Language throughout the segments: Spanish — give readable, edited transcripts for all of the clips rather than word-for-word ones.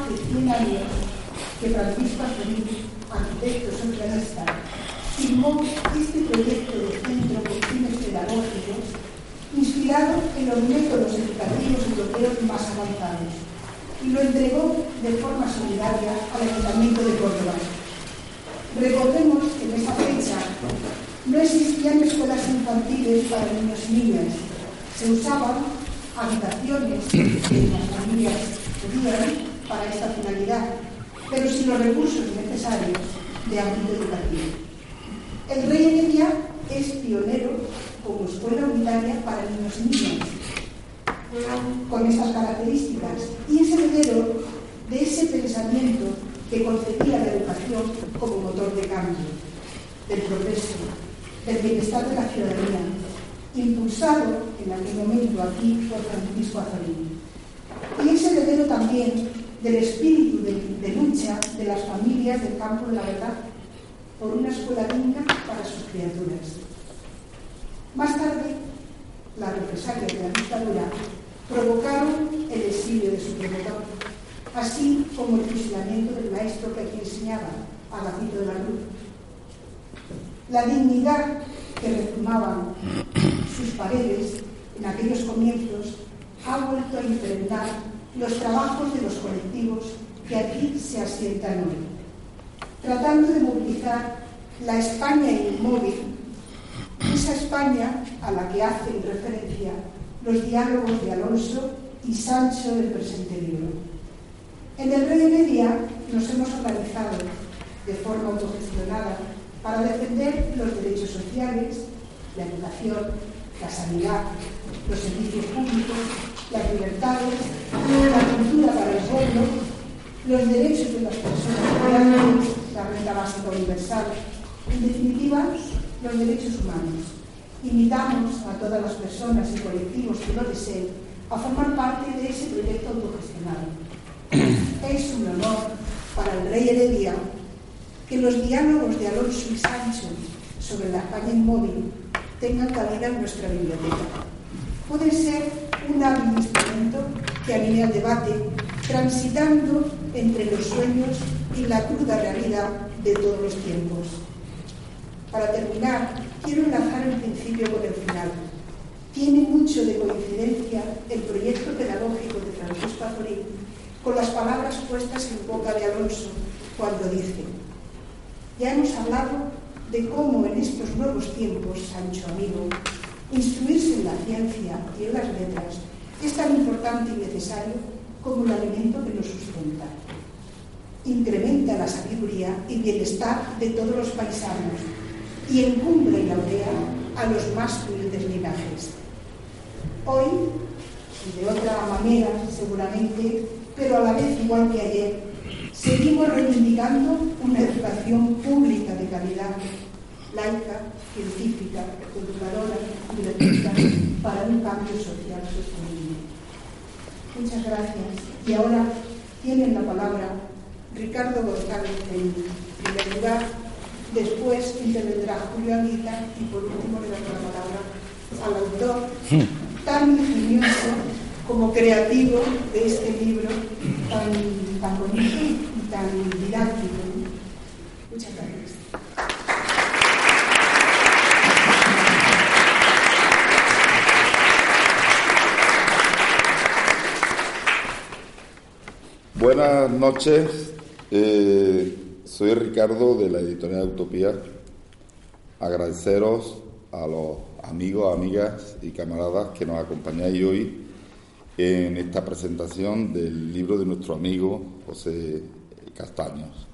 hace 100 años que Francisco Azorín, arquitecto socialista, firmó este proyecto de centro con fines pedagógicos inspirado en los métodos educativos europeos más avanzados y lo entregó de forma solidaria al Ayuntamiento de Córdoba. Recordemos que en esa fecha no existían escuelas infantiles para niños y niñas. Se usaban habitaciones que las familias pedían para esta finalidad, pero sin los recursos necesarios de ámbito educativo. El Rey Heredia es pionero como escuela unitaria para niños y niñas, con estas características, y es heredero de ese pensamiento que concebía la educación como motor de cambio, del progreso, del bienestar de la ciudadanía, impulsado en aquel momento aquí por Francisco Azorín. Y es heredero también del espíritu de lucha de las familias del campo de la verdad por una escuela digna para sus criaturas. Más tarde, las represalias de la dictadura provocaron el exilio de su promotor, así como el fusilamiento del maestro que aquí enseñaba, Agapito de la Cruz. La dignidad que rezumaban sus paredes en aquellos comienzos ha vuelto a impregnar los trabajos de los colectivos que aquí se asientan hoy, tratando de movilizar la España inmóvil, esa España a la que hacen referencia los diálogos de Alonso y Sancho del presente libro. En el Rey Heredia nos hemos organizado de forma autogestionada para defender los derechos sociales, la educación, la sanidad, los servicios públicos, las libertades, la cultura para el pueblo, los derechos de las personas, la renta básica universal, en definitiva, los derechos humanos. Invitamos a todas las personas y colectivos que lo deseen a formar parte de ese proyecto autogestionado. Es un honor para el Rey Heredia que los diálogos de Alonso y Sancho sobre la España inmóvil tengan cabida en nuestra biblioteca. Puede ser un hábil instrumento que anime al debate, transitando entre los sueños y la cruda realidad de todos los tiempos. Para terminar, quiero enlazar el principio con el final. Tiene mucho de coincidencia el proyecto pedagógico de Francisco Azorín con las palabras puestas en boca de Alonso cuando dice: ya hemos hablado de cómo en estos nuevos tiempos, Sancho amigo, instruirse en la ciencia y en las letras es tan importante y necesario como el alimento que nos sustenta. Incrementa la sabiduría y bienestar de todos los paisanos y encumbra y laurea a los más humildes linajes. Hoy, y de otra manera seguramente, pero a la vez igual que ayer, seguimos reivindicando una educación pública de calidad, laica, científica, educadora y gratuita para un cambio social sostenible. Muchas gracias. Y ahora tienen la palabra Ricardo González en primer lugar, después intervendrá Julio Anguita y por último le daré la palabra al autor tan ingenioso como creativo de este libro tan bonito y tan didáctico. Muchas gracias. Buenas noches, soy Ricardo de la editorial Utopía. Agradeceros a los amigos, amigas y camaradas que nos acompañáis hoy en esta presentación del libro de nuestro amigo José Castaños.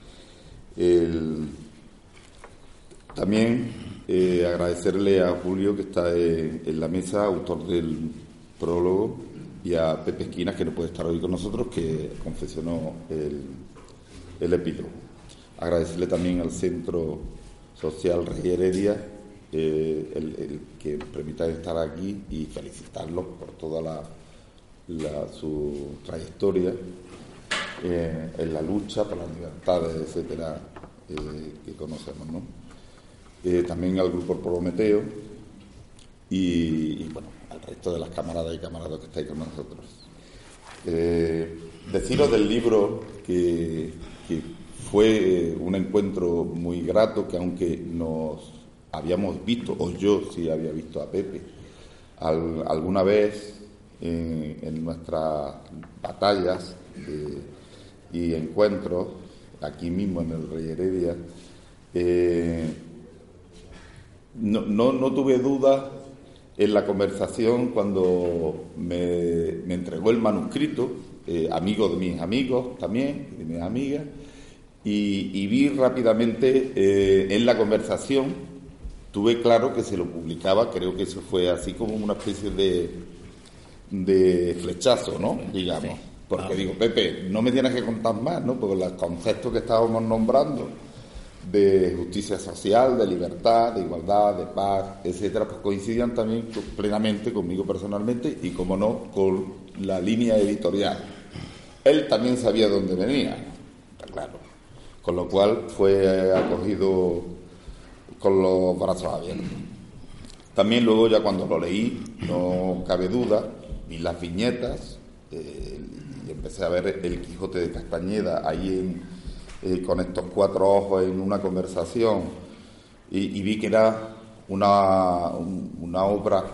También agradecerle a Julio, que está en la mesa, autor del prólogo, y a Pepe Esquinas, que no puede estar hoy con nosotros, que confeccionó el epílogo. Agradecerle también al Centro Social Rey Heredia el que permita estar aquí y felicitarlos por toda su trayectoria en la lucha por las libertades, etcétera, que conocemos, ¿no? También al Grupo Prometeo y bueno, al resto de las camaradas y camaradas que estáis con nosotros. Deciros del libro que fue un encuentro muy grato, que aunque nos habíamos visto, o yo sí había visto a Pepe alguna vez en nuestras batallas y encuentros aquí mismo en el Rey Heredia, no tuve dudas en la conversación cuando me entregó el manuscrito, amigo de mis amigos también, de mis amigas, y vi rápidamente en la conversación, tuve claro que se lo publicaba. Creo que eso fue así como una especie de flechazo, ¿no? Digamos. Sí. Porque digo, Pepe, no me tienes que contar más, ¿no? Porque los conceptos que estábamos nombrando de justicia social, de libertad, de igualdad, de paz, etcétera, pues coincidían también plenamente conmigo personalmente y, como no, con la línea editorial. Él también sabía dónde venía, está claro. Con lo cual fue acogido con los brazos abiertos. También luego, ya cuando lo leí, no cabe duda, vi las viñetas y empecé a ver el Quijote de Castañeda ahí con estos 4 ojos en una conversación, y vi que era una obra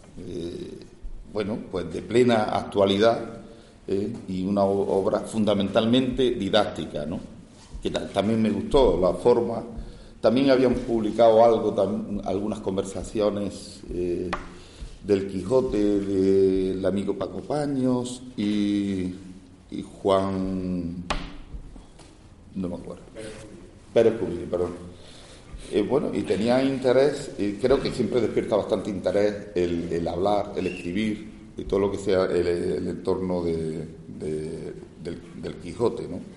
pues de plena actualidad, y una obra fundamentalmente didáctica, ¿no? Que también me gustó la forma. También habían publicado algunas conversaciones del Quijote del amigo Paco Paños y Juan, no me acuerdo, Pérez Cubiri, perdón. Y tenía interés, creo que siempre despierta bastante interés el hablar, el escribir y todo lo que sea el entorno del Quijote, ¿no?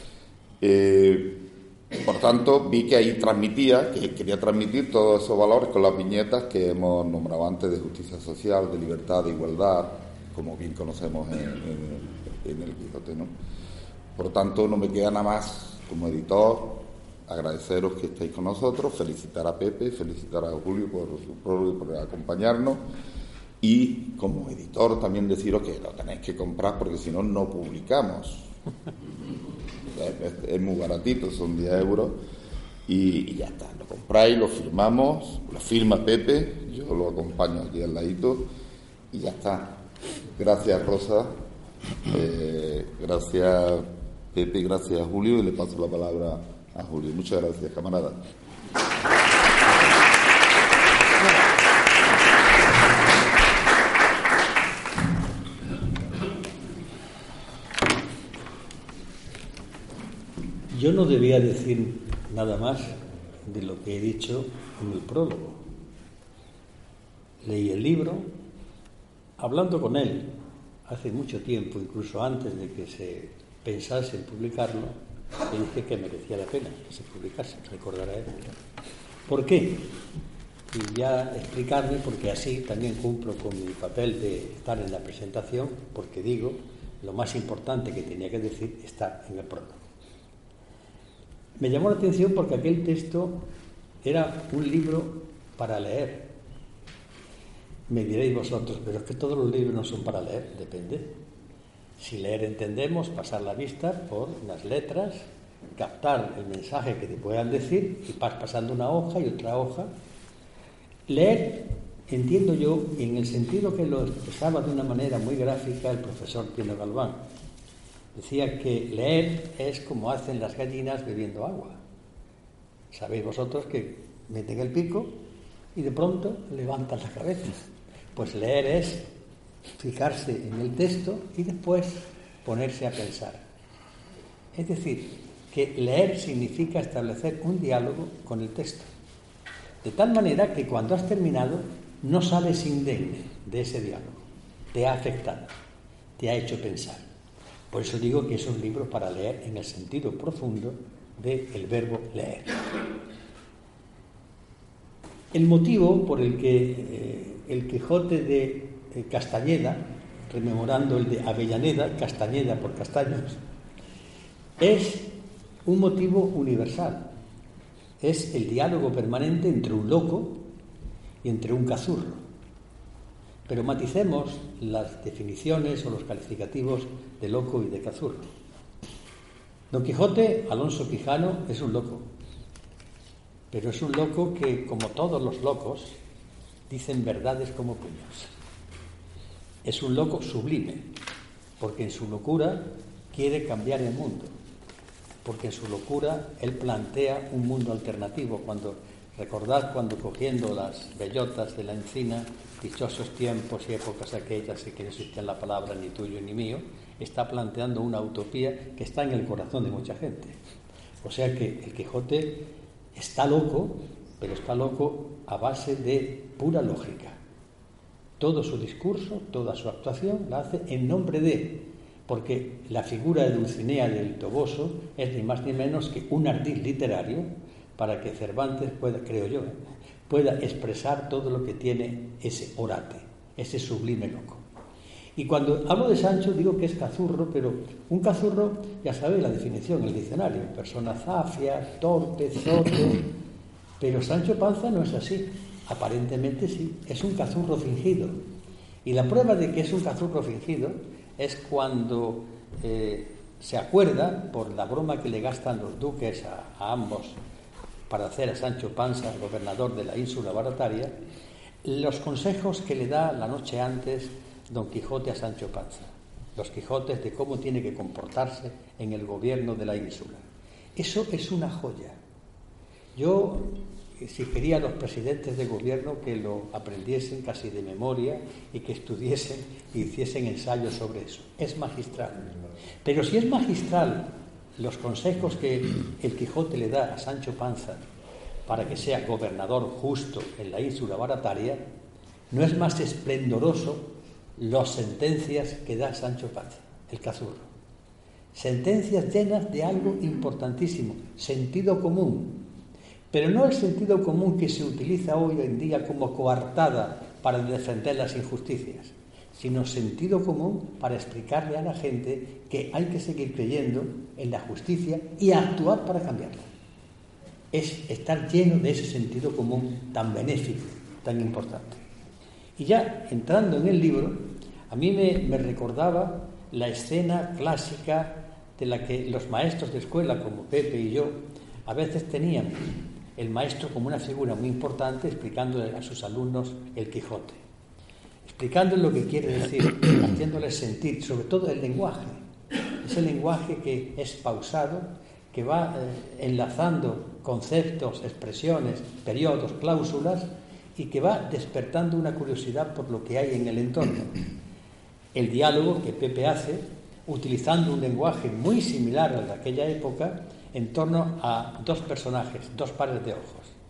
Por tanto, vi que ahí quería transmitir todos esos valores con las viñetas que hemos nombrado antes, de justicia social, de libertad, de igualdad, como bien conocemos en el Quijote, ¿no? Por tanto, no me queda nada más, como editor, agradeceros que estéis con nosotros, felicitar a Pepe, felicitar a Julio por acompañarnos, y como editor también deciros que lo tenéis que comprar, porque si no, no publicamos. Es muy baratito, son 10 euros, y ya está, lo compráis, lo firmamos, lo firma Pepe, yo lo acompaño aquí al ladito, y ya está. Gracias, Rosa, gracias, Pepe, gracias, Julio, y le paso la palabra a Julio. Muchas gracias, camarada. Yo no debía decir nada más de lo que he dicho en el prólogo. Leí el libro, hablando con él hace mucho tiempo, incluso antes de que se pensase en publicarlo, le dije que merecía la pena que se publicase, recordará él. ¿Por qué? Y ya explicarme, porque así también cumplo con mi papel de estar en la presentación, porque digo, lo más importante que tenía que decir está en el prólogo. Me llamó la atención porque aquel texto era un libro para leer. Me diréis vosotros, pero es que todos los libros no son para leer, depende. Si leer entendemos pasar la vista por las letras, captar el mensaje que te puedan decir y vas pasando una hoja y otra hoja. Leer, entiendo yo, en el sentido que lo expresaba de una manera muy gráfica el profesor Pino Galván. Decía que leer es como hacen las gallinas bebiendo agua. Sabéis vosotros que meten el pico y de pronto levantan la cabeza. Pues leer es fijarse en el texto y después ponerse a pensar. Es decir, que leer significa establecer un diálogo con el texto. De tal manera que cuando has terminado no sales indemne de ese diálogo. Te ha afectado, te ha hecho pensar. Por eso digo que es un libro para leer en el sentido profundo del verbo leer. El motivo por el que el Quijote de Castañeda, rememorando el de Avellaneda, Castañeda por castaños, es un motivo universal. Es el diálogo permanente entre un loco y entre un cazurro. Pero maticemos las definiciones o los calificativos de loco y de cazurro. Don Quijote, Alonso Quijano, es un loco. Pero es un loco que, como todos los locos, dicen verdades como puños. Es un loco sublime, porque en su locura quiere cambiar el mundo. Porque en su locura él plantea un mundo alternativo. Recordad cuando cogiendo las bellotas de la encina, dichosos tiempos y épocas aquellas en que no existía la palabra ni tuyo ni mío, está planteando una utopía que está en el corazón de mucha gente. O sea que el Quijote está loco, pero está loco a base de pura lógica. Todo su discurso, toda su actuación la hace en nombre de, porque la figura de Dulcinea del Toboso es ni más ni menos que un ardid literario para que Cervantes pueda, creo yo, pueda expresar todo lo que tiene ese orate, ese sublime loco. Y cuando hablo de Sancho digo que es cazurro, pero un cazurro, ya sabéis la definición en el diccionario, persona zafia, torpe, zote, pero Sancho Panza no es así, aparentemente sí, es un cazurro fingido. Y la prueba de que es un cazurro fingido es cuando se acuerda, por la broma que le gastan los duques a ambos para hacer a Sancho Panza gobernador de la ínsula barataria, los consejos que le da la noche antes Don Quijote a Sancho Panza, los Quijotes de cómo tiene que comportarse en el gobierno de la ínsula. Eso es una joya. Yo exigiría a los presidentes de gobierno que lo aprendiesen casi de memoria y que estudiesen y hiciesen ensayos sobre eso. Es magistral. Pero si es magistral los consejos que el Quijote le da a Sancho Panza para que sea gobernador justo en la ínsula barataria, no es más esplendoroso las sentencias que da Sancho Panza, el cazurro. Sentencias llenas de algo importantísimo, sentido común. Pero no el sentido común que se utiliza hoy en día como coartada para defender las injusticias, sino sentido común para explicarle a la gente que hay que seguir creyendo en la justicia y actuar para cambiarla. Es estar lleno de ese sentido común tan benéfico, tan importante. Y ya entrando en el libro, a mí me recordaba la escena clásica de la que los maestros de escuela, como Pepe y yo, a veces tenían el maestro como una figura muy importante explicándole a sus alumnos el Quijote, explicándoles lo que quiere decir, haciéndoles sentir, sobre todo el lenguaje, ese lenguaje que es pausado, que va enlazando conceptos, expresiones, periodos, cláusulas, y que va despertando una curiosidad por lo que hay en el entorno. El diálogo que Pepe hace, utilizando un lenguaje muy similar al de aquella época, en torno a dos personajes, dos pares de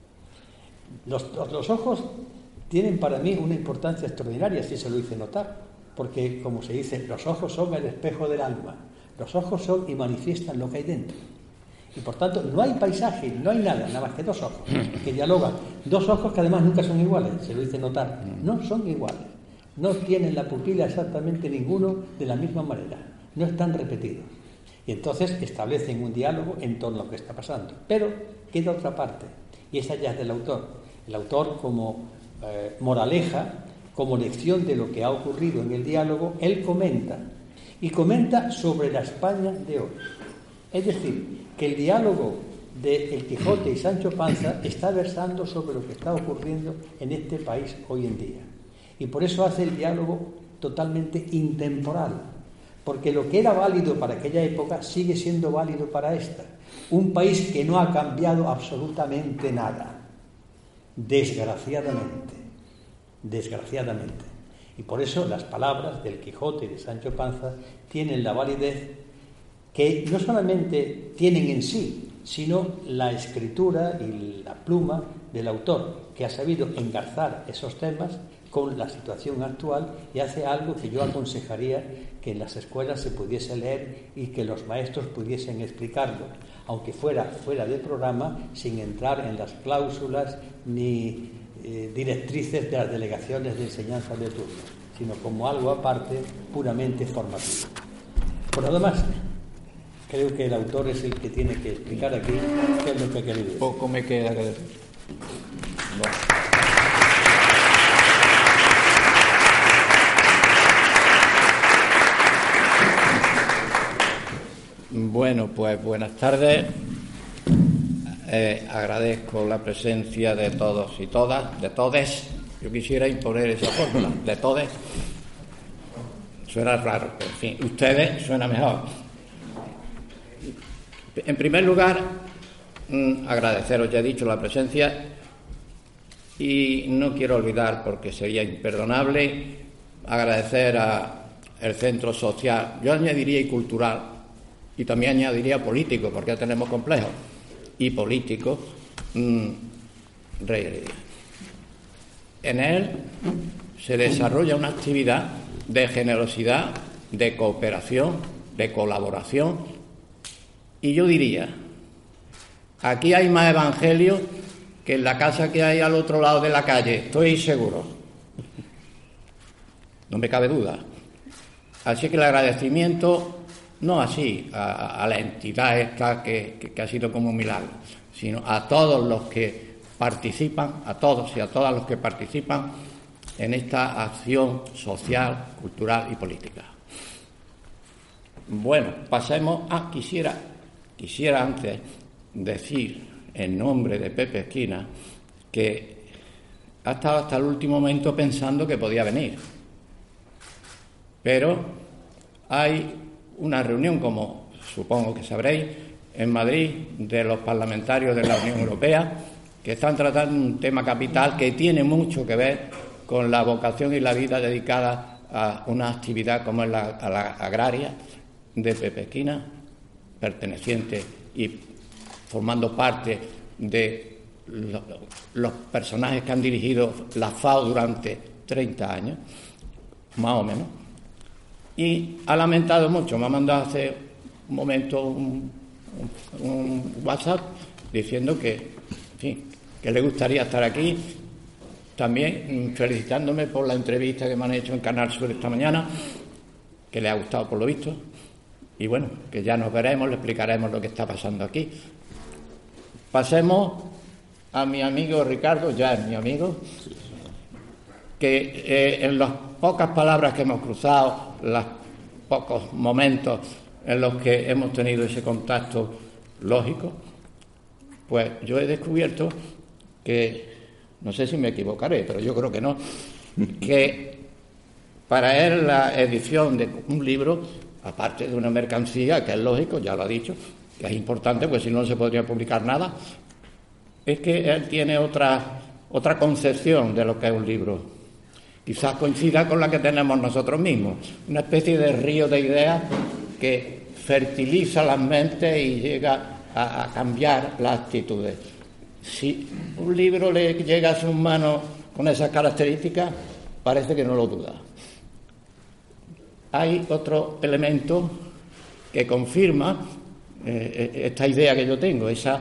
ojos. Los ojos tienen para mí una importancia extraordinaria, si se lo hice notar, porque, como se dice, los ojos son el espejo del alma, los ojos son y manifiestan lo que hay dentro. Y por tanto, no hay paisaje, no hay nada más que dos ojos que dialogan. Dos ojos que además nunca son iguales, se lo hice notar. No son iguales. No tienen la pupila exactamente ninguno de la misma manera. No están repetidos. Y entonces establecen un diálogo en torno a lo que está pasando. Pero queda otra parte, y esa ya es del autor. El autor, como moraleja, como lección de lo que ha ocurrido en el diálogo, él comenta. Y comenta sobre la España de hoy. Es decir, que el diálogo de El Quijote y Sancho Panza está versando sobre lo que está ocurriendo en este país hoy en día. Y por eso hace el diálogo totalmente intemporal, porque lo que era válido para aquella época sigue siendo válido para esta. Un país que no ha cambiado absolutamente nada, desgraciadamente. Y por eso las palabras del Quijote y de Sancho Panza tienen la validez que no solamente tienen en sí, sino la escritura y la pluma del autor, que ha sabido engarzar esos temas con la situación actual y hace algo que yo aconsejaría que en las escuelas se pudiese leer y que los maestros pudiesen explicarlo, aunque fuera de programa, sin entrar en las cláusulas ni directrices de las delegaciones de enseñanza de turno, sino como algo aparte, puramente formativo. Por lo demás, creo que el autor es el que tiene que explicar aquí qué es lo que ha querido decir. Poco me queda que decir. Bueno. Bueno, pues buenas tardes. Agradezco la presencia de todos y todas, de todes. Yo quisiera imponer esa fórmula, de todes. Suena raro, pero en fin, ustedes suena mejor. En primer lugar, agradeceros, ya he dicho, la presencia, y no quiero olvidar, porque sería imperdonable, agradecer al Centro Social, yo añadiría y cultural, y también añadiría político, porque ya tenemos complejos, y político, Rey Heredia. En él se desarrolla una actividad de generosidad, de cooperación, de colaboración, y yo diría, aquí hay más evangelio que en la casa que hay al otro lado de la calle, estoy seguro, no me cabe duda. Así que el agradecimiento, no así a la entidad esta que ha sido como un milagro, sino a todos los que participan, a todos y a todas los que participan en esta acción social, cultural y política. Bueno, pasemos a... Quisiera antes decir, en nombre de Pepe Esquina, que ha estado hasta el último momento pensando que podía venir. Pero hay una reunión, como supongo que sabréis, en Madrid, de los parlamentarios de la Unión Europea, que están tratando un tema capital que tiene mucho que ver con la vocación y la vida dedicada a una actividad como es la agraria de Pepe Esquina, perteneciente y formando parte de los personajes que han dirigido la FAO durante 30 años, más o menos, y ha lamentado mucho. Me ha mandado hace un momento un WhatsApp diciendo que, en fin, que le gustaría estar aquí, también felicitándome por la entrevista que me han hecho en Canal Sur esta mañana, que le ha gustado por lo visto, y bueno, que ya nos veremos, le explicaremos lo que está pasando aquí. Pasemos a mi amigo Ricardo, ya es mi amigo, que en las pocas palabras que hemos cruzado, los pocos momentos en los que hemos tenido ese contacto lógico, pues yo he descubierto que, no sé si me equivocaré, pero yo creo que no, que para él la edición de un libro, aparte de una mercancía, que es lógico, ya lo ha dicho, que es importante, pues si no se podría publicar nada, es que él tiene otra concepción de lo que es un libro. Quizás coincida con la que tenemos nosotros mismos, una especie de río de ideas que fertiliza las mentes y llega a cambiar las actitudes. Si un libro le llega a sus manos con esas características, parece que no lo duda. Hay otro elemento que confirma esta idea que yo tengo, esa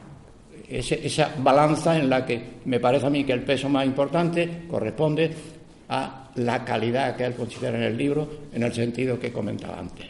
balanza en la que me parece a mí que el peso más importante corresponde a la calidad que él considera en el libro, en el sentido que comentaba antes.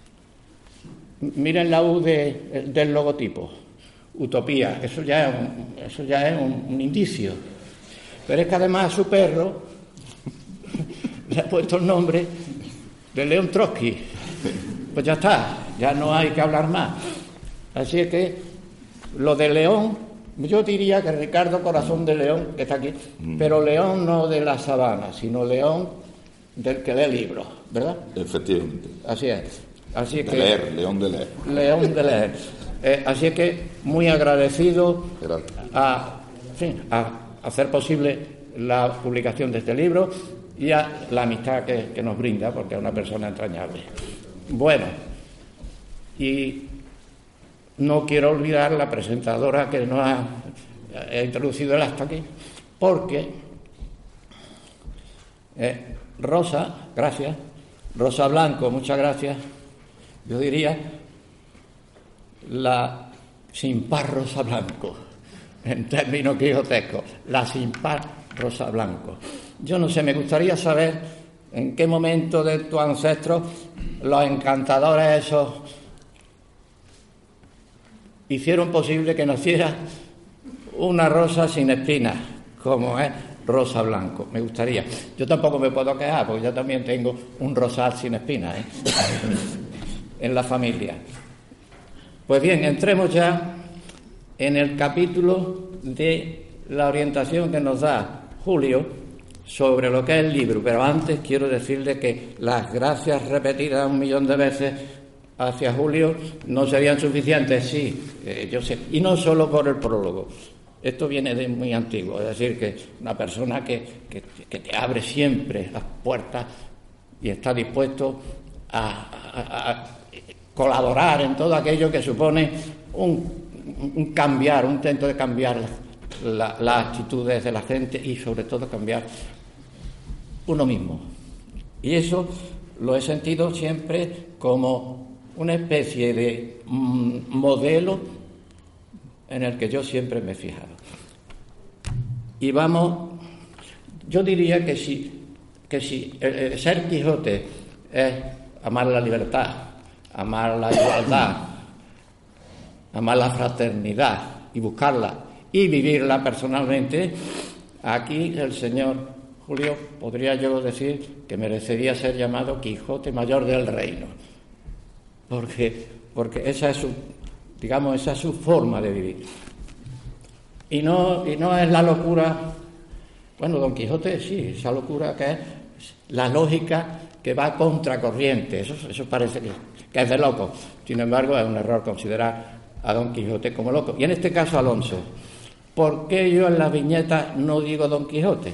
Miren la U del logotipo, utopía, eso ya es un indicio. Pero es que además a su perro le ha puesto el nombre de León Trotsky. Pues ya está, ya no hay que hablar más. Así es que lo de León, yo diría que Ricardo Corazón de León, que está aquí, pero León no de la sabana, sino León del que lee libros, ¿verdad? Efectivamente. Así es. Así de leer, León de leer. León de leer. Así es que muy agradecido a hacer posible la publicación de este libro y a la amistad que nos brinda, porque es una persona entrañable. Bueno, y no quiero olvidar la presentadora que nos ha introducido el acto aquí, porque Rosa, gracias, Rosa Blanco, muchas gracias, yo diría la sin par Rosa Blanco, en términos quijotescos, la sin par Rosa Blanco. Yo no sé, me gustaría saber en qué momento de tus ancestros los encantadores esos hicieron posible que naciera una rosa sin espinas, como es Rosa Blanco. Me gustaría. Yo tampoco me puedo quejar, porque yo también tengo un rosal sin espinas, en la familia. Pues bien, entremos ya en el capítulo de la orientación que nos da Julio sobre lo que es el libro, pero antes quiero decirle que las gracias repetidas 1.000.000 de veces hacia Julio no serían suficientes, sí, yo sé, y no solo por el prólogo. Esto viene de muy antiguo, es decir, que una persona que te abre siempre las puertas y está dispuesto a colaborar en todo aquello que supone un cambiar, un intento de cambiar las actitudes de la gente y sobre todo cambiar uno mismo. Y eso lo he sentido siempre como una especie de modelo en el que yo siempre me he fijado. Y vamos, yo diría que si ser Quijote es amar la libertad, amar la igualdad, amar la fraternidad y buscarla y vivirla personalmente, aquí el señor Julio podría yo decir que merecería ser llamado Quijote Mayor del Reino, porque esa es su forma de vivir. Y no es la locura, bueno, Don Quijote sí, esa locura que es la lógica que va contracorriente, eso parece que es de loco. Sin embargo, es un error considerar a Don Quijote como loco. Y en este caso, Alonso, ¿por qué yo en las viñetas no digo Don Quijote?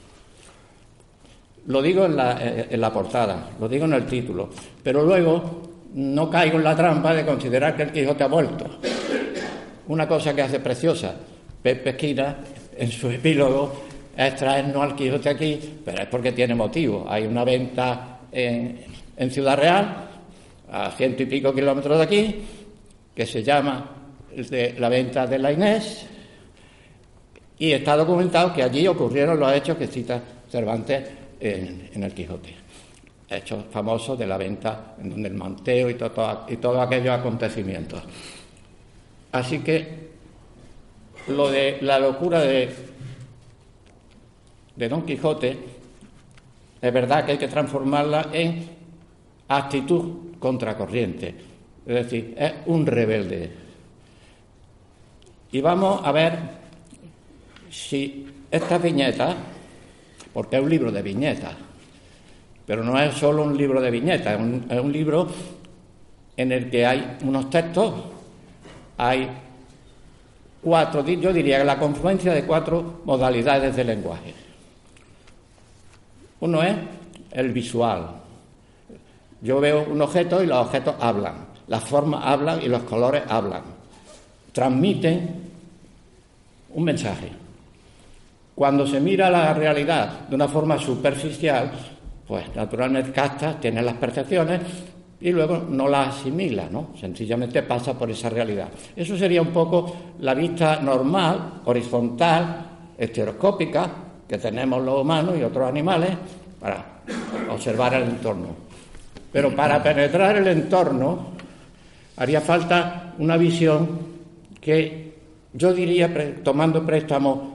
Lo digo en la portada, lo digo en el título, pero luego no caigo en la trampa de considerar que el Quijote ha vuelto. Una cosa que hace preciosa Pepe Esquina en su epílogo es traernos al Quijote aquí, pero es porque tiene motivo. Hay una venta en Ciudad Real, a 100 y pico kilómetros de aquí, que se llama la venta de la Inés, y está documentado que allí ocurrieron los hechos que cita Cervantes en el Quijote. Hechos famosos de la venta, en donde el manteo y todos aquellos acontecimientos. Así que lo de la locura de Don Quijote es verdad que hay que transformarla en actitud contracorriente, es decir, es un rebelde. Y vamos a ver si estas viñetas, porque es un libro de viñetas, pero no es solo un libro de viñetas, es un libro en el que hay unos textos, hay 4, yo diría que la confluencia de 4 modalidades de lenguaje. Uno es el visual. Yo veo un objeto y los objetos hablan, las formas hablan y los colores hablan, transmiten un mensaje. Cuando se mira la realidad de una forma superficial, pues naturalmente capta, tiene las percepciones y luego no las asimila, ¿no? Sencillamente pasa por esa realidad. Eso sería un poco la vista normal, horizontal, estereoscópica, que tenemos los humanos y otros animales para observar el entorno. Pero para penetrar el entorno haría falta una visión que yo diría, tomando préstamo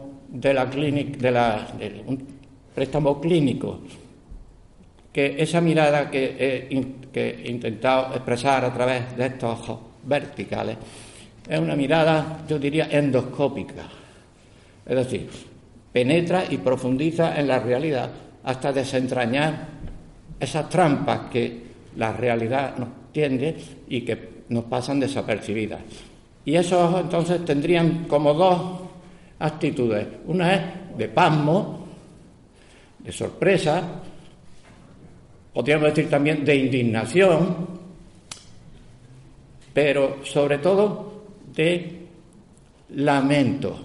un préstamo clínico, que esa mirada que he intentado expresar a través de estos ojos verticales es una mirada, yo diría, endoscópica. Es decir, penetra y profundiza en la realidad hasta desentrañar esas trampas que la realidad nos tiende y que nos pasan desapercibidas. Y esos ojos entonces tendrían como 2 actitudes. Una es de pasmo, de sorpresa, podríamos decir también de indignación, pero sobre todo de lamento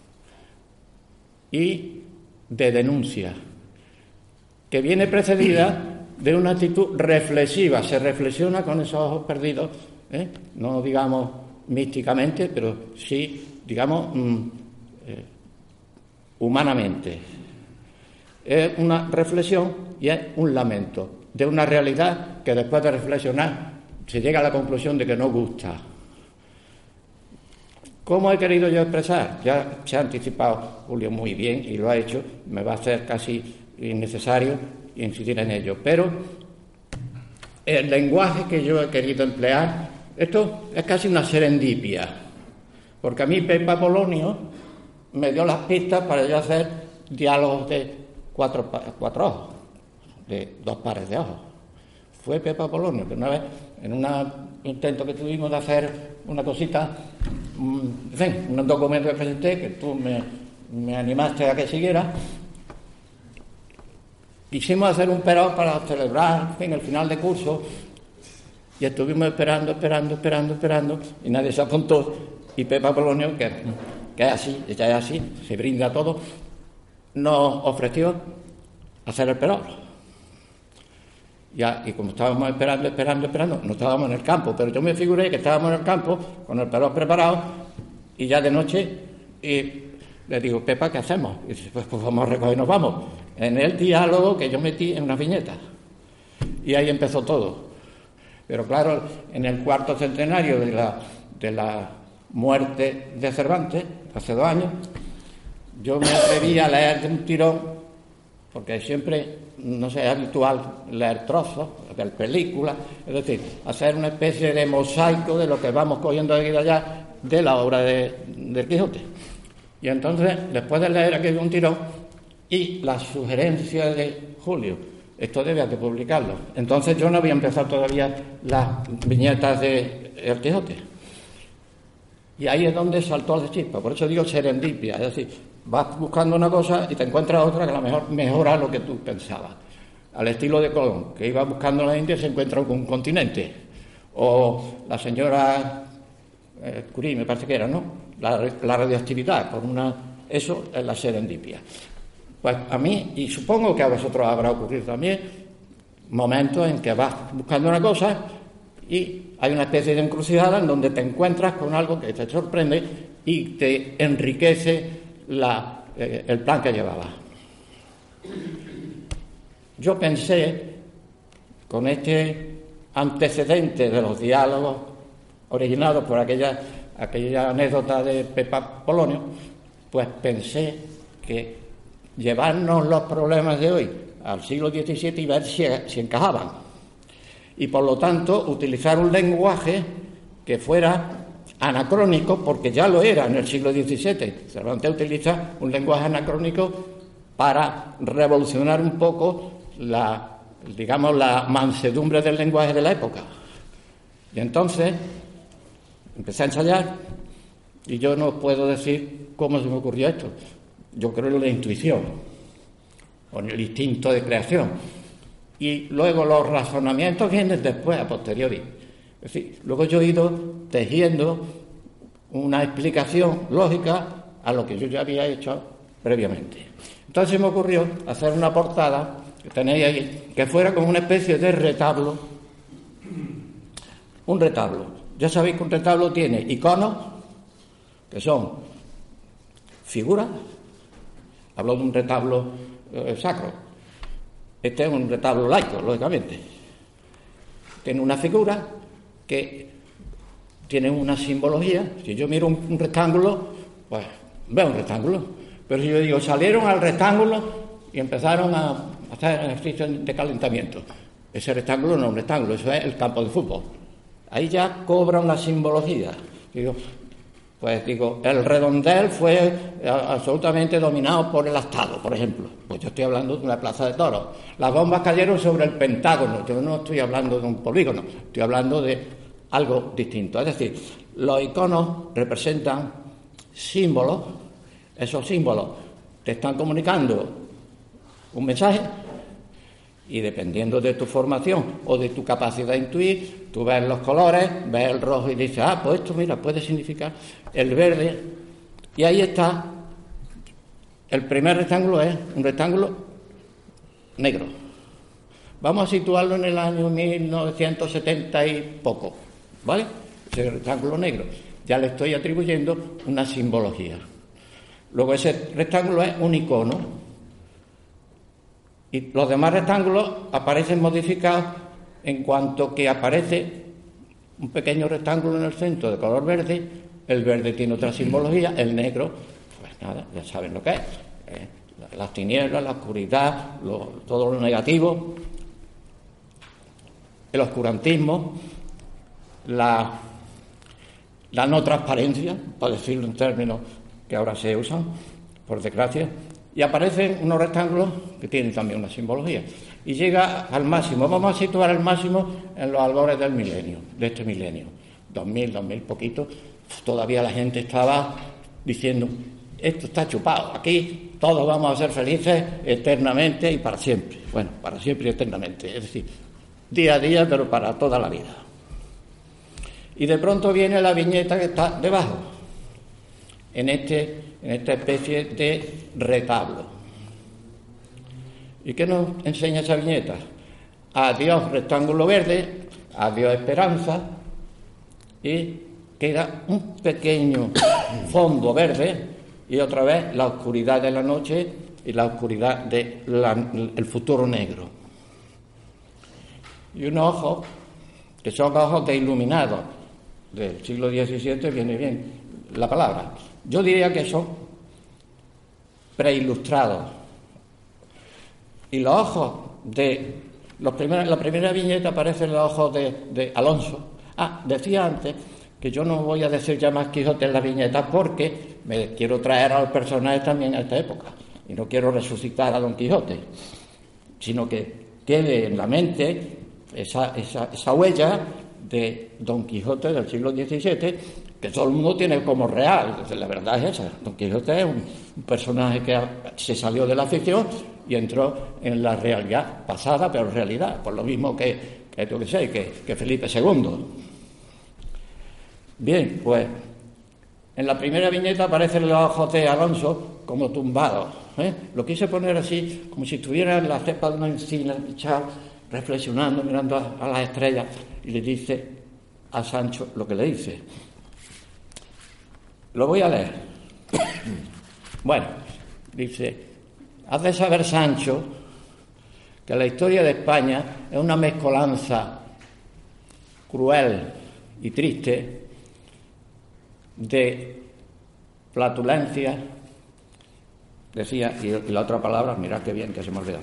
y de denuncia, que viene precedida de una actitud reflexiva. Se reflexiona con esos ojos perdidos, no digamos místicamente, pero sí, digamos, humanamente. Es una reflexión y es un lamento de una realidad que después de reflexionar se llega a la conclusión de que no gusta. ¿Cómo he querido yo expresar? Ya se ha anticipado Julio muy bien y lo ha hecho, me va a hacer casi innecesario insistir en ello, pero el lenguaje que yo he querido emplear Esto es casi una serendipia, porque a mí Pepa Polonio me dio las pistas para yo hacer diálogos de cuatro ojos, de 2 pares de ojos. Fue Pepa Polonio, que una vez, en un intento que tuvimos de hacer una cosita, en fin, un documento que presenté, que tú me animaste a que siguiera, quisimos hacer un perón para celebrar, en fin, el final de curso, y estuvimos esperando, y nadie se apuntó, y Pepa Polonio, que es así, ella es así, se brinda todo, nos ofreció hacer el perón. Y como estábamos esperando, no estábamos en el campo, pero yo me figuré que estábamos en el campo con el perón preparado, y ya de noche, y le digo, Pepa, ¿qué hacemos? Y dice, pues vamos a recoger y nos vamos. En el diálogo que yo metí en una viñeta. Y ahí empezó todo. Pero claro, en el 4º centenario de la muerte de Cervantes, hace 2 años, yo me atreví a leer de un tirón, porque siempre, no sé, es habitual leer trozos, ver películas, es decir, hacer una especie de mosaico de lo que vamos cogiendo de aquí y de allá de la obra de Quijote. Y entonces, después de leer aquello un tirón y la sugerencia de Julio, esto debe de publicarlo. Entonces yo no había empezado todavía las viñetas de El Quijote. Y ahí es donde saltó la chispa. Por eso digo serendipia. Es decir, vas buscando una cosa y te encuentras otra que a lo mejor mejora lo que tú pensabas. Al estilo de Colón, que iba buscando la India y se encuentra con un continente. O la señora Curie, me parece que era, ¿no? La radioactividad, eso es la serendipia. Pues a mí, y supongo que a vosotros habrá ocurrido también, momentos en que vas buscando una cosa y hay una especie de encrucijada en donde te encuentras con algo que te sorprende y te enriquece el plan que llevaba. Yo pensé, con este antecedente de los diálogos originados por aquella anécdota de Pepa Polonio, pues pensé que llevarnos los problemas de hoy al siglo XVII y ver si encajaban. Y por lo tanto, utilizar un lenguaje que fuera anacrónico, porque ya lo era en el siglo XVII. Cervantes utiliza un lenguaje anacrónico para revolucionar un poco la mansedumbre del lenguaje de la época. Y entonces empecé a ensayar y yo no puedo decir cómo se me ocurrió esto. Yo creo en la intuición o en el instinto de creación. Y luego los razonamientos vienen después, a posteriori. Es decir, luego yo he ido tejiendo una explicación lógica a lo que yo ya había hecho previamente. Entonces me ocurrió hacer una portada, que tenéis ahí, que fuera como una especie de retablo. Un retablo. Ya sabéis que un retablo tiene iconos, que son figuras. Hablo de un retablo sacro. Este es un retablo laico, lógicamente. Tiene una figura que tiene una simbología. Si yo miro un rectángulo, pues veo un rectángulo. Pero si yo digo, salieron al rectángulo y empezaron a hacer ejercicios de calentamiento. Ese rectángulo no es un rectángulo, eso es el campo de fútbol. Ahí ya cobra una simbología. Digo, el redondel fue absolutamente dominado por el astado, por ejemplo. Pues yo estoy hablando de una plaza de toros. Las bombas cayeron sobre el Pentágono. Yo no estoy hablando de un polígono, estoy hablando de algo distinto. Es decir, los iconos representan símbolos. Esos símbolos te están comunicando un mensaje y dependiendo de tu formación o de tu capacidad de intuir, tú ves los colores, ves el rojo y dices, pues esto, mira, puede significar el verde. Y ahí está. El primer rectángulo es un rectángulo negro. Vamos a situarlo en el año 1970 y poco, ¿vale? Ese rectángulo negro. Ya le estoy atribuyendo una simbología. Luego ese rectángulo es un icono. Y los demás rectángulos aparecen modificados en cuanto que aparece un pequeño rectángulo en el centro de color verde. El verde tiene otra simbología, el negro, pues nada, ya saben lo que es. Las tinieblas, la oscuridad, todo lo negativo, el oscurantismo, la no transparencia, para decirlo en términos que ahora se usan, por desgracia, y aparecen unos rectángulos que tienen también una simbología. Y llega al máximo, vamos a situar el máximo en los albores del milenio, de este milenio, 2000 poquito, todavía la gente estaba diciendo, esto está chupado, aquí todos vamos a ser felices eternamente y para siempre. Bueno, para siempre y eternamente, es decir, día a día, pero para toda la vida. Y de pronto viene la viñeta que está debajo, en esta especie de retablo. ¿Y qué nos enseña esa viñeta? Adiós rectángulo verde, adiós esperanza, y queda un pequeño fondo verde y otra vez la oscuridad de la noche y la oscuridad del futuro negro. Y unos ojos que son ojos de iluminados del siglo XVII, viene bien la palabra. Yo diría que son preilustrados. Y los ojos de la primera viñeta aparecen los ojos de Alonso. Decía antes que yo no voy a decir ya más Quijote en la viñeta porque me quiero traer a los personajes también a esta época y no quiero resucitar a Don Quijote, sino que quede en la mente esa huella de Don Quijote del siglo XVII que todo el mundo tiene como real. La verdad es esa. Don Quijote es un personaje que se salió de la ficción y entró en la realidad pasada, pero realidad, por lo mismo que Felipe II. Bien, pues en la primera viñeta aparecen los ojos de Alonso como tumbados. Lo quise poner así, como si estuviera en la cepa de una encina, echado, reflexionando, mirando a las estrellas, y le dice a Sancho lo que le dice. Lo voy a leer. Bueno, dice: has de saber, Sancho, que la historia de España es una mezcolanza cruel y triste de flatulencia, decía, y la otra palabra, mirad qué bien que se me ha olvidado,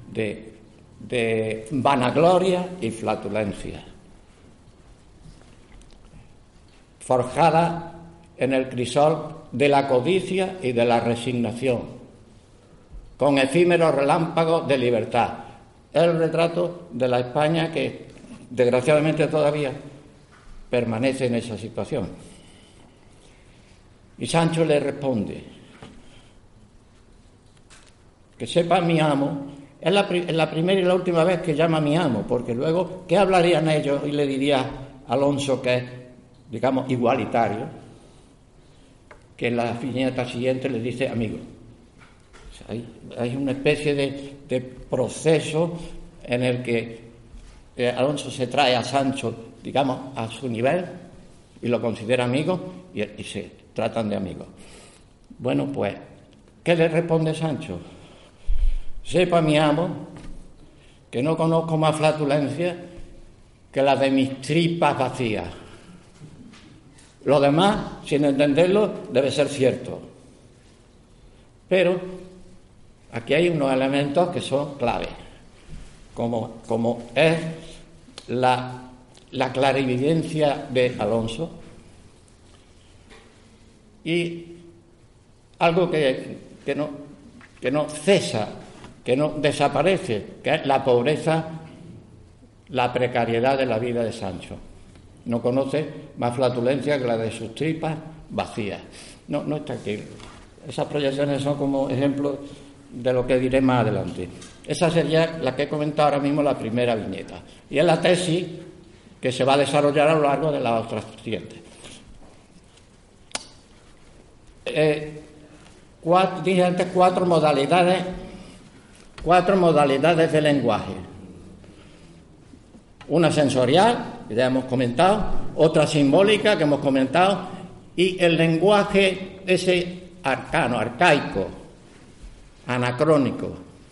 de vanagloria y flatulencia, forjada en el crisol de la codicia y de la resignación, con efímeros relámpagos de libertad. Es el retrato de la España que, desgraciadamente, todavía permanece en esa situación. Y Sancho le responde: que sepa mi amo, es la primera y la última vez que llama a mi amo, porque luego, ¿qué hablarían ellos? Y le diría a Alonso, que es, digamos, igualitario, que en la viñeta siguiente le dice amigo. O sea, hay una especie de proceso en el que Alonso se trae a Sancho, digamos, a su nivel y lo considera amigo y se tratan de amigos. Bueno, pues, ¿qué le responde Sancho? Sepa mi amo que no conozco más flatulencia que la de mis tripas vacías. Lo demás, sin entenderlo, debe ser cierto. Pero aquí hay unos elementos que son claves, como es la clarividencia de Alonso y algo que no cesa, que no desaparece, que es la pobreza, la precariedad de la vida de Sancho. No conoce más flatulencia que la de sus tripas vacías. No está aquí. Esas proyecciones son como ejemplos de lo que diré más adelante. Esa sería la que he comentado ahora mismo, la primera viñeta. Y es la tesis que se va a desarrollar a lo largo de las otras siguientes. Dije antes cuatro modalidades de lenguaje. Una sensorial, que ya hemos comentado, otra simbólica, que hemos comentado, y el lenguaje ese arcaico, anacrónico,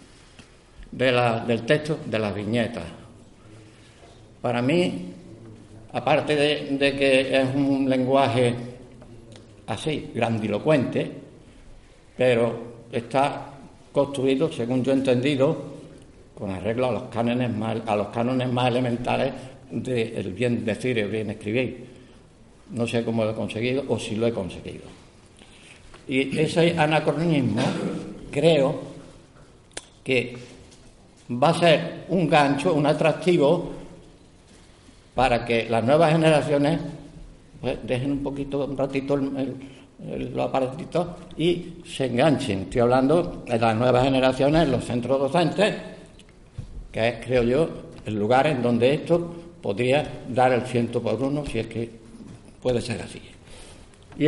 del texto de las viñetas. Para mí, aparte de que es un lenguaje así, grandilocuente, pero está construido, según yo he entendido, con arreglo a los cánones más elementales del bien decir y el bien escribir. No sé cómo lo he conseguido o si lo he conseguido. Y ese anacronismo creo que va a ser un gancho, un atractivo para que las nuevas generaciones pues dejen un ratito los aparatitos y se enganchen. Estoy hablando de las nuevas generaciones, los centros docentes, que es, creo yo, el lugar en donde esto podría dar el 100%, si es que puede ser así. Y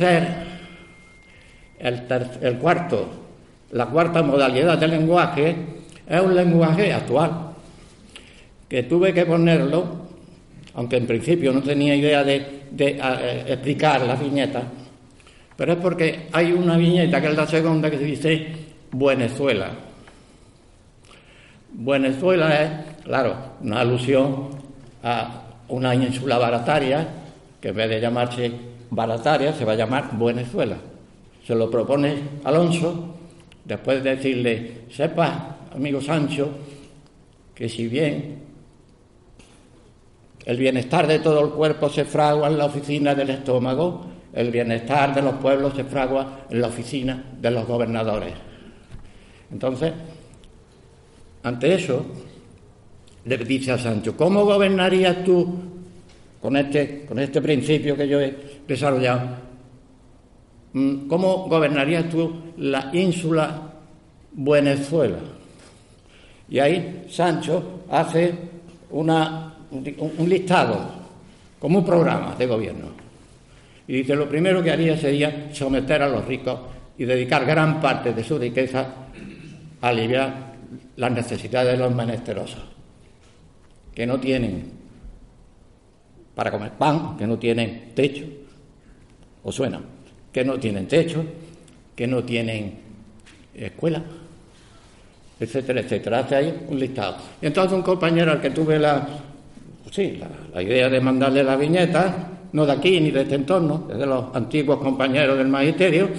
la cuarta modalidad del lenguaje es un lenguaje actual, que tuve que ponerlo, aunque en principio no tenía idea de explicar la viñeta, pero es porque hay una viñeta, que es la segunda, que se dice Venezuela. Venezuela es, claro, una alusión a una ínsula barataria, que en vez de llamarse Barataria se va a llamar Venezuela. Se lo propone Alonso, después de decirle: sepa, amigo Sancho, que si bien el bienestar de todo el cuerpo se fragua en la oficina del estómago, el bienestar de los pueblos se fragua en la oficina de los gobernadores. Entonces, ante eso, le dice a Sancho: ¿cómo gobernarías tú con este principio que yo he desarrollado? ¿Cómo gobernarías tú la ínsula Venezuela? Y ahí Sancho hace un listado, como un programa de gobierno. Y dice: lo primero que haría sería someter a los ricos y dedicar gran parte de su riqueza a aliviar las necesidades de los menesterosos, que no tienen para comer pan, que no tienen techo, ¿os suena? Que no tienen techo, que no tienen escuela, etcétera, etcétera. Hace ahí un listado. Y entonces un compañero al que tuve la idea de mandarle la viñeta, no de aquí ni de este entorno, es de los antiguos compañeros del magisterio,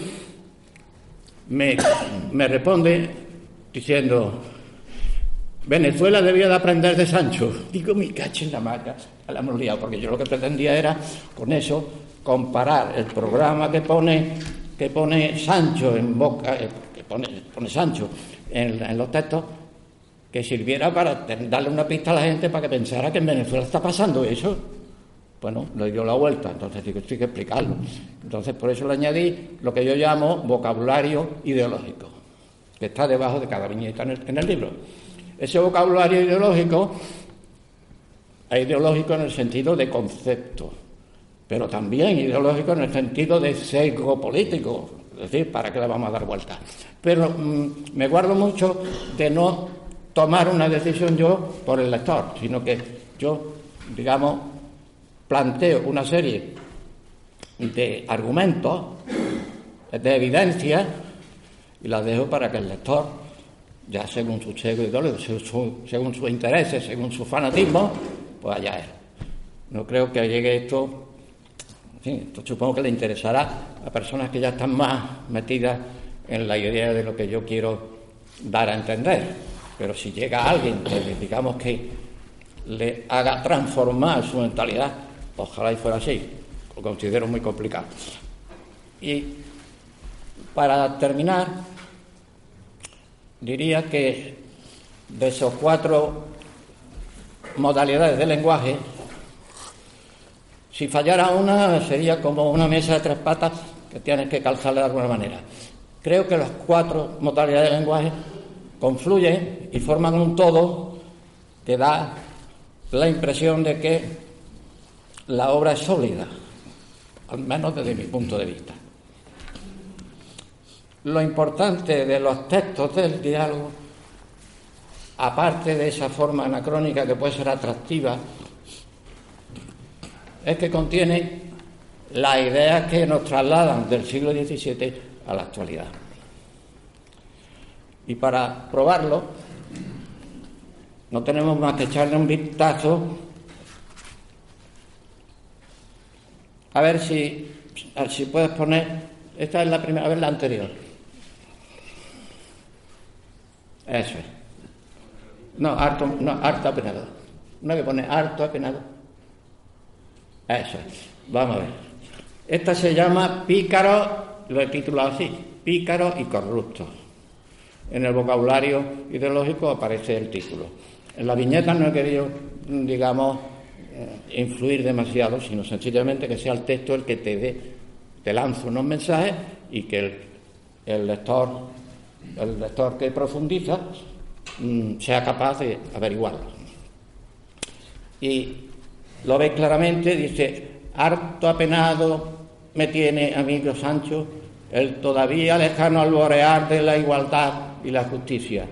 me responde diciendo: Venezuela debía de aprender de Sancho. Digo, mi cacho en la maca, la hemos liado, porque yo lo que pretendía era, con eso, comparar el programa que pone Sancho en boca, que pone Sancho en los textos, que sirviera para darle una pista a la gente para que pensara que en Venezuela está pasando eso. Bueno, le dio la vuelta, entonces digo, esto hay que explicarlo. Entonces, por eso le añadí lo que yo llamo vocabulario ideológico, que está debajo de cada viñeta en el libro. Ese vocabulario ideológico es ideológico en el sentido de concepto, pero también ideológico en el sentido de sesgo político, es decir, ¿para qué le vamos a dar vuelta? Pero me guardo mucho de no tomar una decisión yo por el lector, sino que yo, digamos, planteo una serie de argumentos, de evidencias, y las dejo para que el lector, ya según su sesgo ideológico, según sus intereses, según su fanatismo, pues allá es. No creo que llegue esto. En fin, esto supongo que le interesará a personas que ya están más metidas en la idea de lo que yo quiero dar a entender. Pero si llega alguien que, digamos, que le haga transformar su mentalidad, ojalá y fuera así. Lo considero muy complicado. Y para terminar, diría que de esos 4 modalidades de lenguaje, si fallara una, sería como una mesa de 3 patas que tienes que calzarle de alguna manera. Creo que las 4 modalidades de lenguaje confluyen y forman un todo que da la impresión de que la obra es sólida, al menos desde mi punto de vista. Lo importante de los textos del diálogo, aparte de esa forma anacrónica que puede ser atractiva, es que contiene las ideas que nos trasladan del siglo XVII a la actualidad. Y para probarlo, no tenemos más que echarle un vistazo a ver si puedes poner. Esta es la primera vez, la anterior. Eso es. No, harta primero. Una que pone harto apenado. Eso es. Vamos a ver. Esta se llama Pícaro, lo he titulado así, Pícaro y corrupto. En el vocabulario ideológico aparece el título. En la viñeta no he querido, digamos, influir demasiado, sino sencillamente que sea el texto el que te lanza unos mensajes y que el lector que profundiza sea capaz de averiguarlo. Y lo ves claramente, dice: harto apenado me tiene, amigo Sancho, el todavía lejano alborear de la igualdad y la justicia,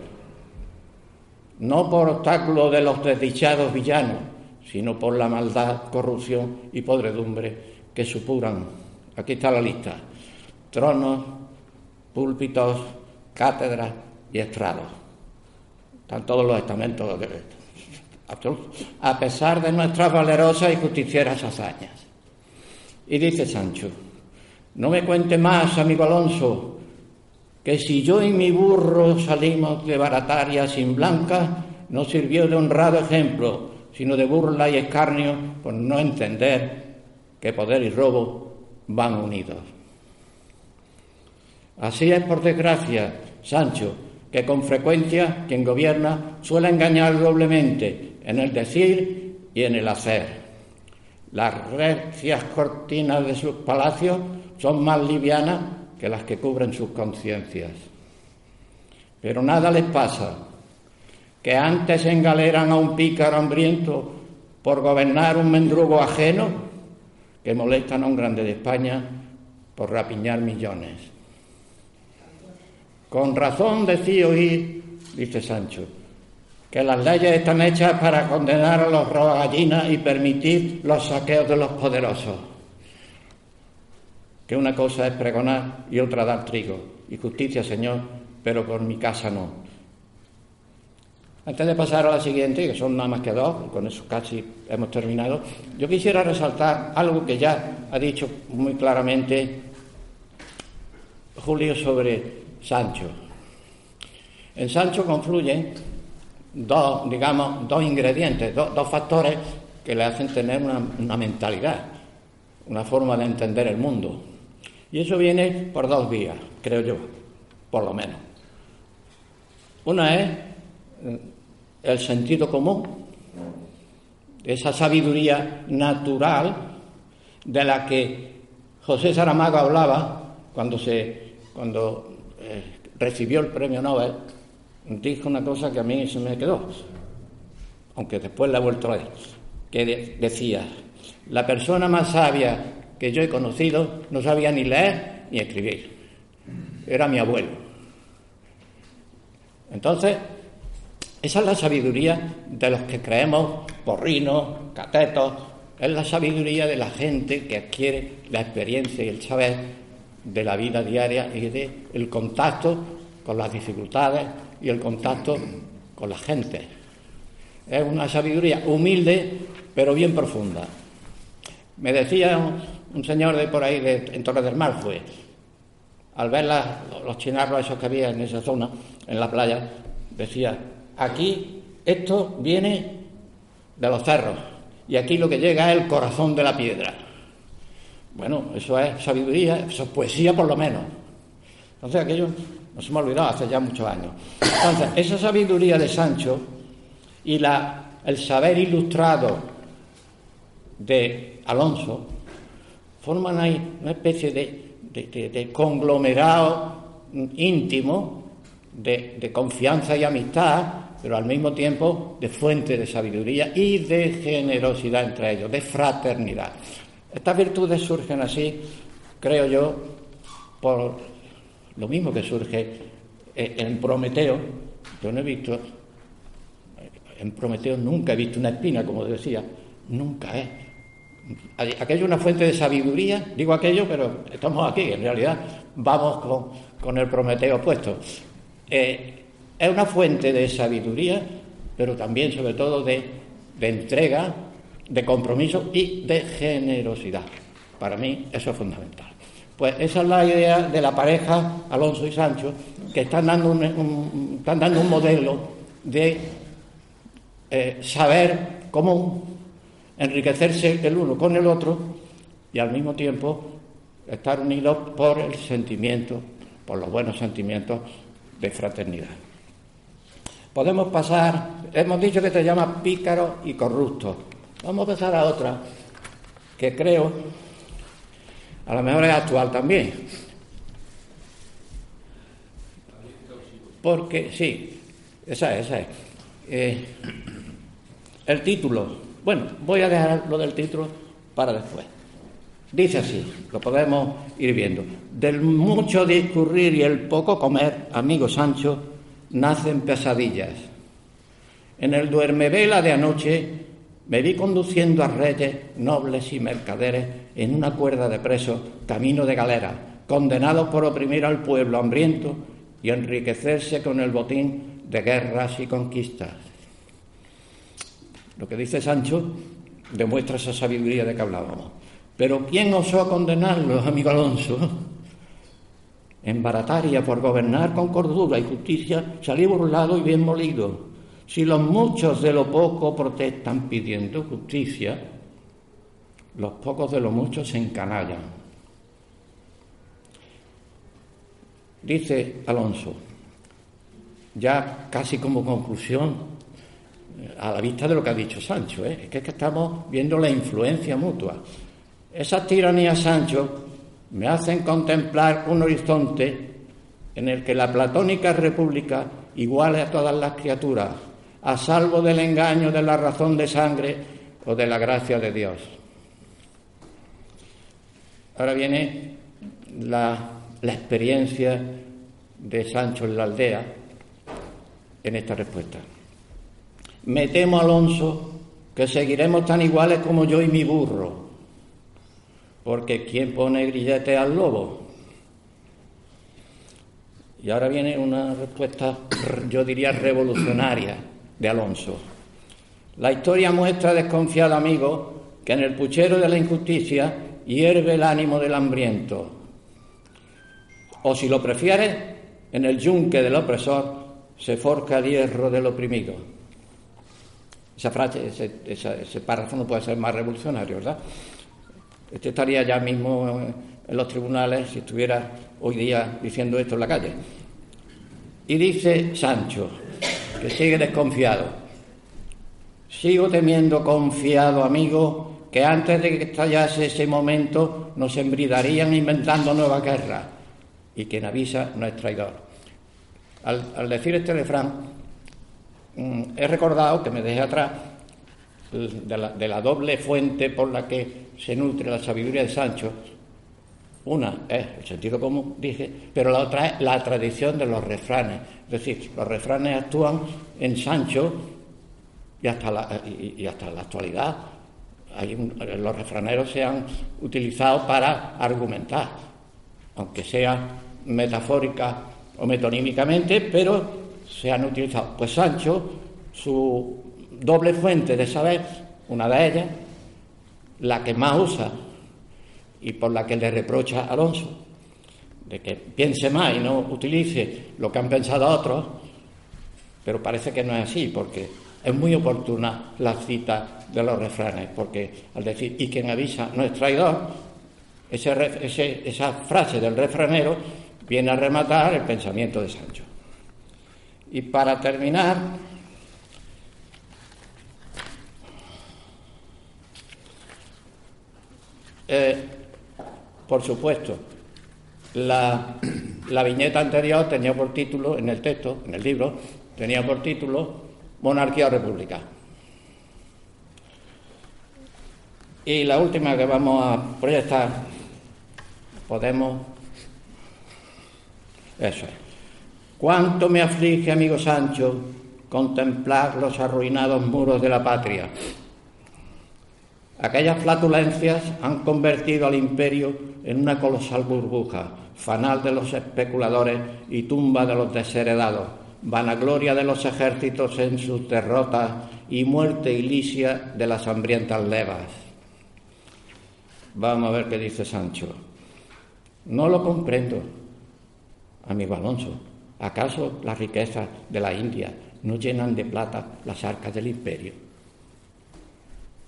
no por obstáculo de los desdichados villanos, sino por la maldad, corrupción y podredumbre que supuran. Aquí está la lista: tronos, púlpitos, cátedras y estrados. Están todos los estamentos de a pesar de nuestras valerosas y justicieras hazañas. Y dice Sancho: no me cuente más, amigo Alonso, que si yo y mi burro salimos de barataria sin blanca, no sirvió de honrado ejemplo, sino de burla y escarnio por no entender que poder y robo van unidos. Así es, por desgracia, Sancho, que con frecuencia quien gobierna suele engañar doblemente en el decir y en el hacer. Las recias cortinas de sus palacios son más livianas que las que cubren sus conciencias. Pero nada les pasa, que antes engaleran a un pícaro hambriento por gobernar un mendrugo ajeno, que molestan a un grande de España por rapiñar millones. Con razón decía oír, dice Sancho, que las leyes están hechas para condenar a los robagallinas y permitir los saqueos de los poderosos. Que una cosa es pregonar y otra dar trigo. Y justicia, señor, pero por mi casa no. Antes de pasar a la siguiente, que son nada más que dos, y con eso casi hemos terminado, yo quisiera resaltar algo que ya ha dicho muy claramente Julio sobre Sancho. En Sancho confluyen dos ingredientes, dos factores que le hacen tener una mentalidad, una forma de entender el mundo. Y eso viene por dos vías, creo yo, por lo menos. Una es el sentido común, esa sabiduría natural de la que José Saramago hablaba cuando recibió el premio Nobel. Dijo una cosa que a mí se me quedó, aunque después la he vuelto a leer, que decía: la persona más sabia que yo he conocido no sabía ni leer ni escribir, era mi abuelo. Entonces, esa es la sabiduría de los que creemos porrinos, catetos, es la sabiduría de la gente que adquiere la experiencia y el saber de la vida diaria y del contacto con las dificultades y el contacto con la gente. Es una sabiduría humilde, pero bien profunda. Me decía un señor de por ahí, en Torres del Mar, al ver los chinarros esos que había en esa zona, en la playa, decía: aquí esto viene de los cerros y aquí lo que llega es el corazón de la piedra. Bueno, eso es sabiduría, eso es poesía por lo menos. Entonces aquello no se me ha olvidado, hace ya muchos años. Entonces, esa sabiduría de Sancho y el saber ilustrado de Alonso forman ahí una especie de conglomerado íntimo de confianza y amistad, pero al mismo tiempo de fuente de sabiduría y de generosidad entre ellos, de fraternidad. Estas virtudes surgen así, creo yo, por lo mismo que surge en Prometeo. Yo no he visto, en Prometeo nunca he visto una espina, como decía, nunca es. Aquello es una fuente de sabiduría, digo aquello, pero estamos aquí, en realidad vamos con el Prometeo puesto. Es una fuente de sabiduría, pero también, sobre todo, de entrega, de compromiso y de generosidad. Para mí eso es fundamental. Pues esa es la idea de la pareja Alonso y Sancho, que están dando un modelo de saber común, enriquecerse el uno con el otro y al mismo tiempo estar unidos por el sentimiento, por los buenos sentimientos de fraternidad. Podemos pasar, hemos dicho que te llama pícaro y corrupto. Vamos a pasar a otra que creo, a lo mejor es actual también. Porque, sí, esa es. El título, bueno, voy a dejar lo del título para después. Dice así, lo podemos ir viendo. Del mucho discurrir y el poco comer, amigo Sancho, nacen pesadillas. En el duermevela de anoche me vi conduciendo a reyes, nobles y mercaderes en una cuerda de presos, camino de galera, condenados por oprimir al pueblo hambriento y enriquecerse con el botín de guerras y conquistas. Lo que dice Sancho demuestra esa sabiduría de que hablábamos. Pero ¿quién osó condenarlos, amigo Alonso? En Barataria, por gobernar con cordura y justicia, salí burlado y bien molido. Si los muchos de lo poco protestan pidiendo justicia, los pocos de lo mucho se encanallan. Dice Alonso, ya casi como conclusión, a la vista de lo que ha dicho Sancho, es que estamos viendo la influencia mutua. Esas tiranías, Sancho, me hacen contemplar un horizonte en el que la platónica república iguale a todas las criaturas, a salvo del engaño de la razón de sangre o de la gracia de Dios. Ahora viene la experiencia de Sancho en la aldea en esta respuesta. Me temo, Alonso, que seguiremos tan iguales como yo y mi burro, porque ¿quién pone grillete al lobo? Y ahora viene una respuesta, yo diría, revolucionaria de Alonso. La historia muestra, desconfiado amigo, que en el puchero de la injusticia hierve el ánimo del hambriento. O si lo prefieres, en el yunque del opresor se forja el hierro del oprimido. Esa frase, ese párrafo no puede ser más revolucionario, ¿verdad? Este estaría ya mismo en los tribunales si estuviera hoy día diciendo esto en la calle. Y dice Sancho, que sigue desconfiado. Sigo temiendo, confiado amigo, que antes de que estallase ese momento nos embridarían inventando nuevas guerras, y quien avisa no es traidor. Al decir este refrán, he recordado que me dejé atrás de la doble fuente por la que se nutre la sabiduría de Sancho. Una es el sentido común, dije, pero la otra es la tradición de los refranes. Es decir, los refranes actúan en Sancho y hasta la actualidad. Los refraneros se han utilizado para argumentar, aunque sea metafórica o metonímicamente, pero se han utilizado. Pues Sancho, su doble fuente de saber, una de ellas, la que más usa y por la que le reprocha a Alonso, de que piense más y no utilice lo que han pensado otros, pero parece que no es así, porque es muy oportuna la cita de los refranes, porque al decir y quien avisa no es traidor, esa frase del refranero viene a rematar el pensamiento de Sancho. Y para terminar, por supuesto, la viñeta anterior tenía por título, en el texto, en el libro, tenía por título Monarquía o República. Y la última que vamos a proyectar, podemos... Eso es. Cuánto me aflige, amigo Sancho, contemplar los arruinados muros de la patria. Aquellas flatulencias han convertido al imperio en una colosal burbuja, fanal de los especuladores y tumba de los desheredados, vanagloria de los ejércitos en sus derrotas y muerte ilícita de las hambrientas levas. Vamos a ver qué dice Sancho. No lo comprendo, amigo Alonso. ¿Acaso las riquezas de la India no llenan de plata las arcas del imperio?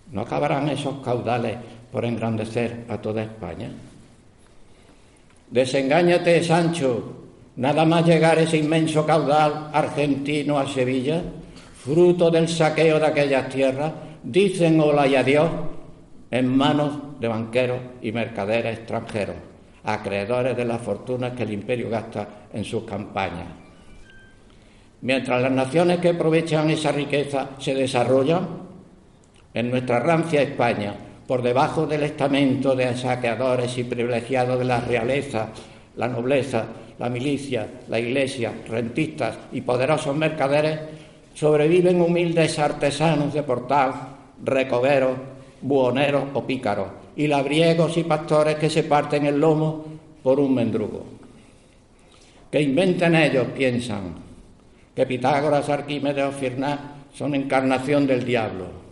¿No acabarán esos caudales por engrandecer a toda España? Desengáñate, Sancho, nada más llegar ese inmenso caudal argentino a Sevilla, fruto del saqueo de aquellas tierras, dicen hola y adiós en manos de banqueros y mercaderes extranjeros, acreedores de las fortunas que el imperio gasta en sus campañas. Mientras las naciones que aprovechan esa riqueza se desarrollan, en nuestra rancia España, por debajo del estamento de saqueadores y privilegiados de la realeza, la nobleza, la milicia, la iglesia, rentistas y poderosos mercaderes, sobreviven humildes artesanos de portal, recoveros, buhoneros o pícaros, y labriegos y pastores que se parten el lomo por un mendrugo. ¿Qué inventan ellos? Piensan que Pitágoras, Arquímedes o Firnás son encarnación del diablo.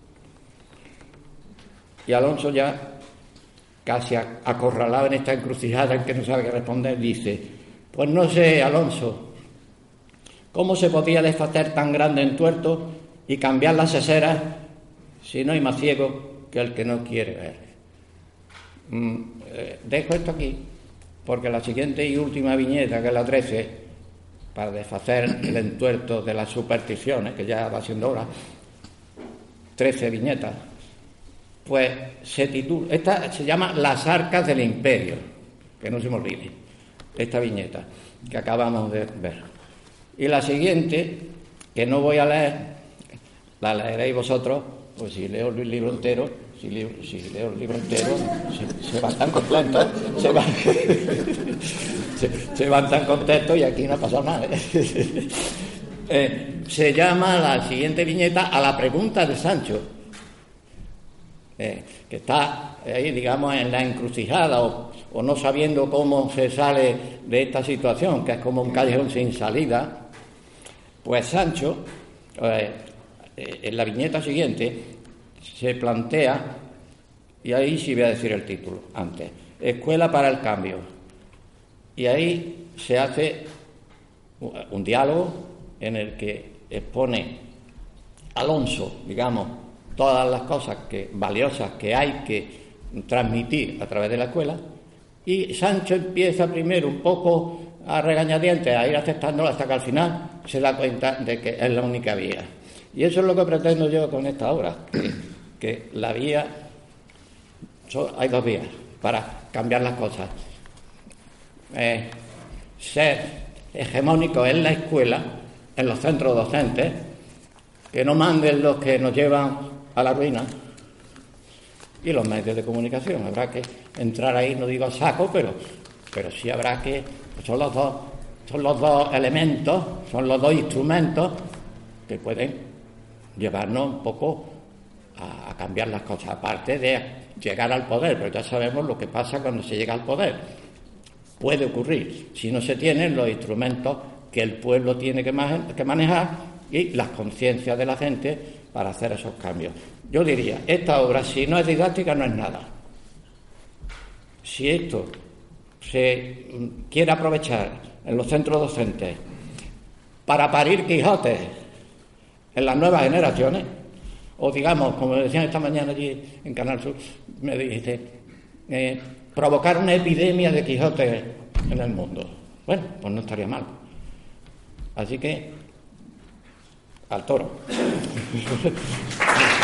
Y Alonso, ya casi acorralado en esta encrucijada en que no sabe qué responder, dice: pues no sé, Alonso, ¿cómo se podía deshacer tan grande entuerto y cambiar las seseras si no hay más ciego que el que no quiere ver? Dejo esto aquí porque la siguiente y última viñeta, que es la 13, para deshacer el entuerto de las supersticiones, que ya va siendo hora, 13 viñetas, pues se titula, esta se llama Las arcas del imperio, que no se me olvide, esta viñeta que acabamos de ver. Y la siguiente, que no voy a leer, la leeréis vosotros, pues si leo el libro entero, si leo el libro entero, se van tan contentos, se van tan contentos y aquí no ha pasado nada. Se llama la siguiente viñeta A la pregunta de Sancho, que está ahí, digamos, en la encrucijada o no sabiendo cómo se sale de esta situación, que es como un callejón sin salida. Pues Sancho, en la viñeta siguiente, se plantea, y ahí sí voy a decir el título antes, Escuela para el Cambio. Y ahí se hace un diálogo en el que expone Alonso, digamos, todas las cosas valiosas que hay que transmitir a través de la escuela, y Sancho empieza primero un poco a regañadientes a ir aceptándolo hasta que al final se da cuenta de que es la única vía. Y eso es lo que pretendo yo con esta obra, que la vía, hay dos vías para cambiar las cosas. Ser hegemónico en la escuela, en los centros docentes, que no manden los que nos llevan a la ruina, y los medios de comunicación. Habrá que entrar ahí, no digo a saco, pero sí habrá que... Son los dos elementos, son los dos instrumentos que pueden llevarnos un poco a cambiar las cosas, aparte de llegar al poder, pero ya sabemos lo que pasa cuando se llega al poder. Puede ocurrir si no se tienen los instrumentos que el pueblo tiene que manejar y las conciencias de la gente para hacer esos cambios. Yo diría, esta obra, si no es didáctica, no es nada. Si esto se quiere aprovechar en los centros docentes para parir Quijotes en las nuevas generaciones, o digamos, como decían esta mañana allí en Canal Sur, me dice, provocar una epidemia de Quijotes en el mundo. Bueno, pues no estaría mal. Así que, al toro.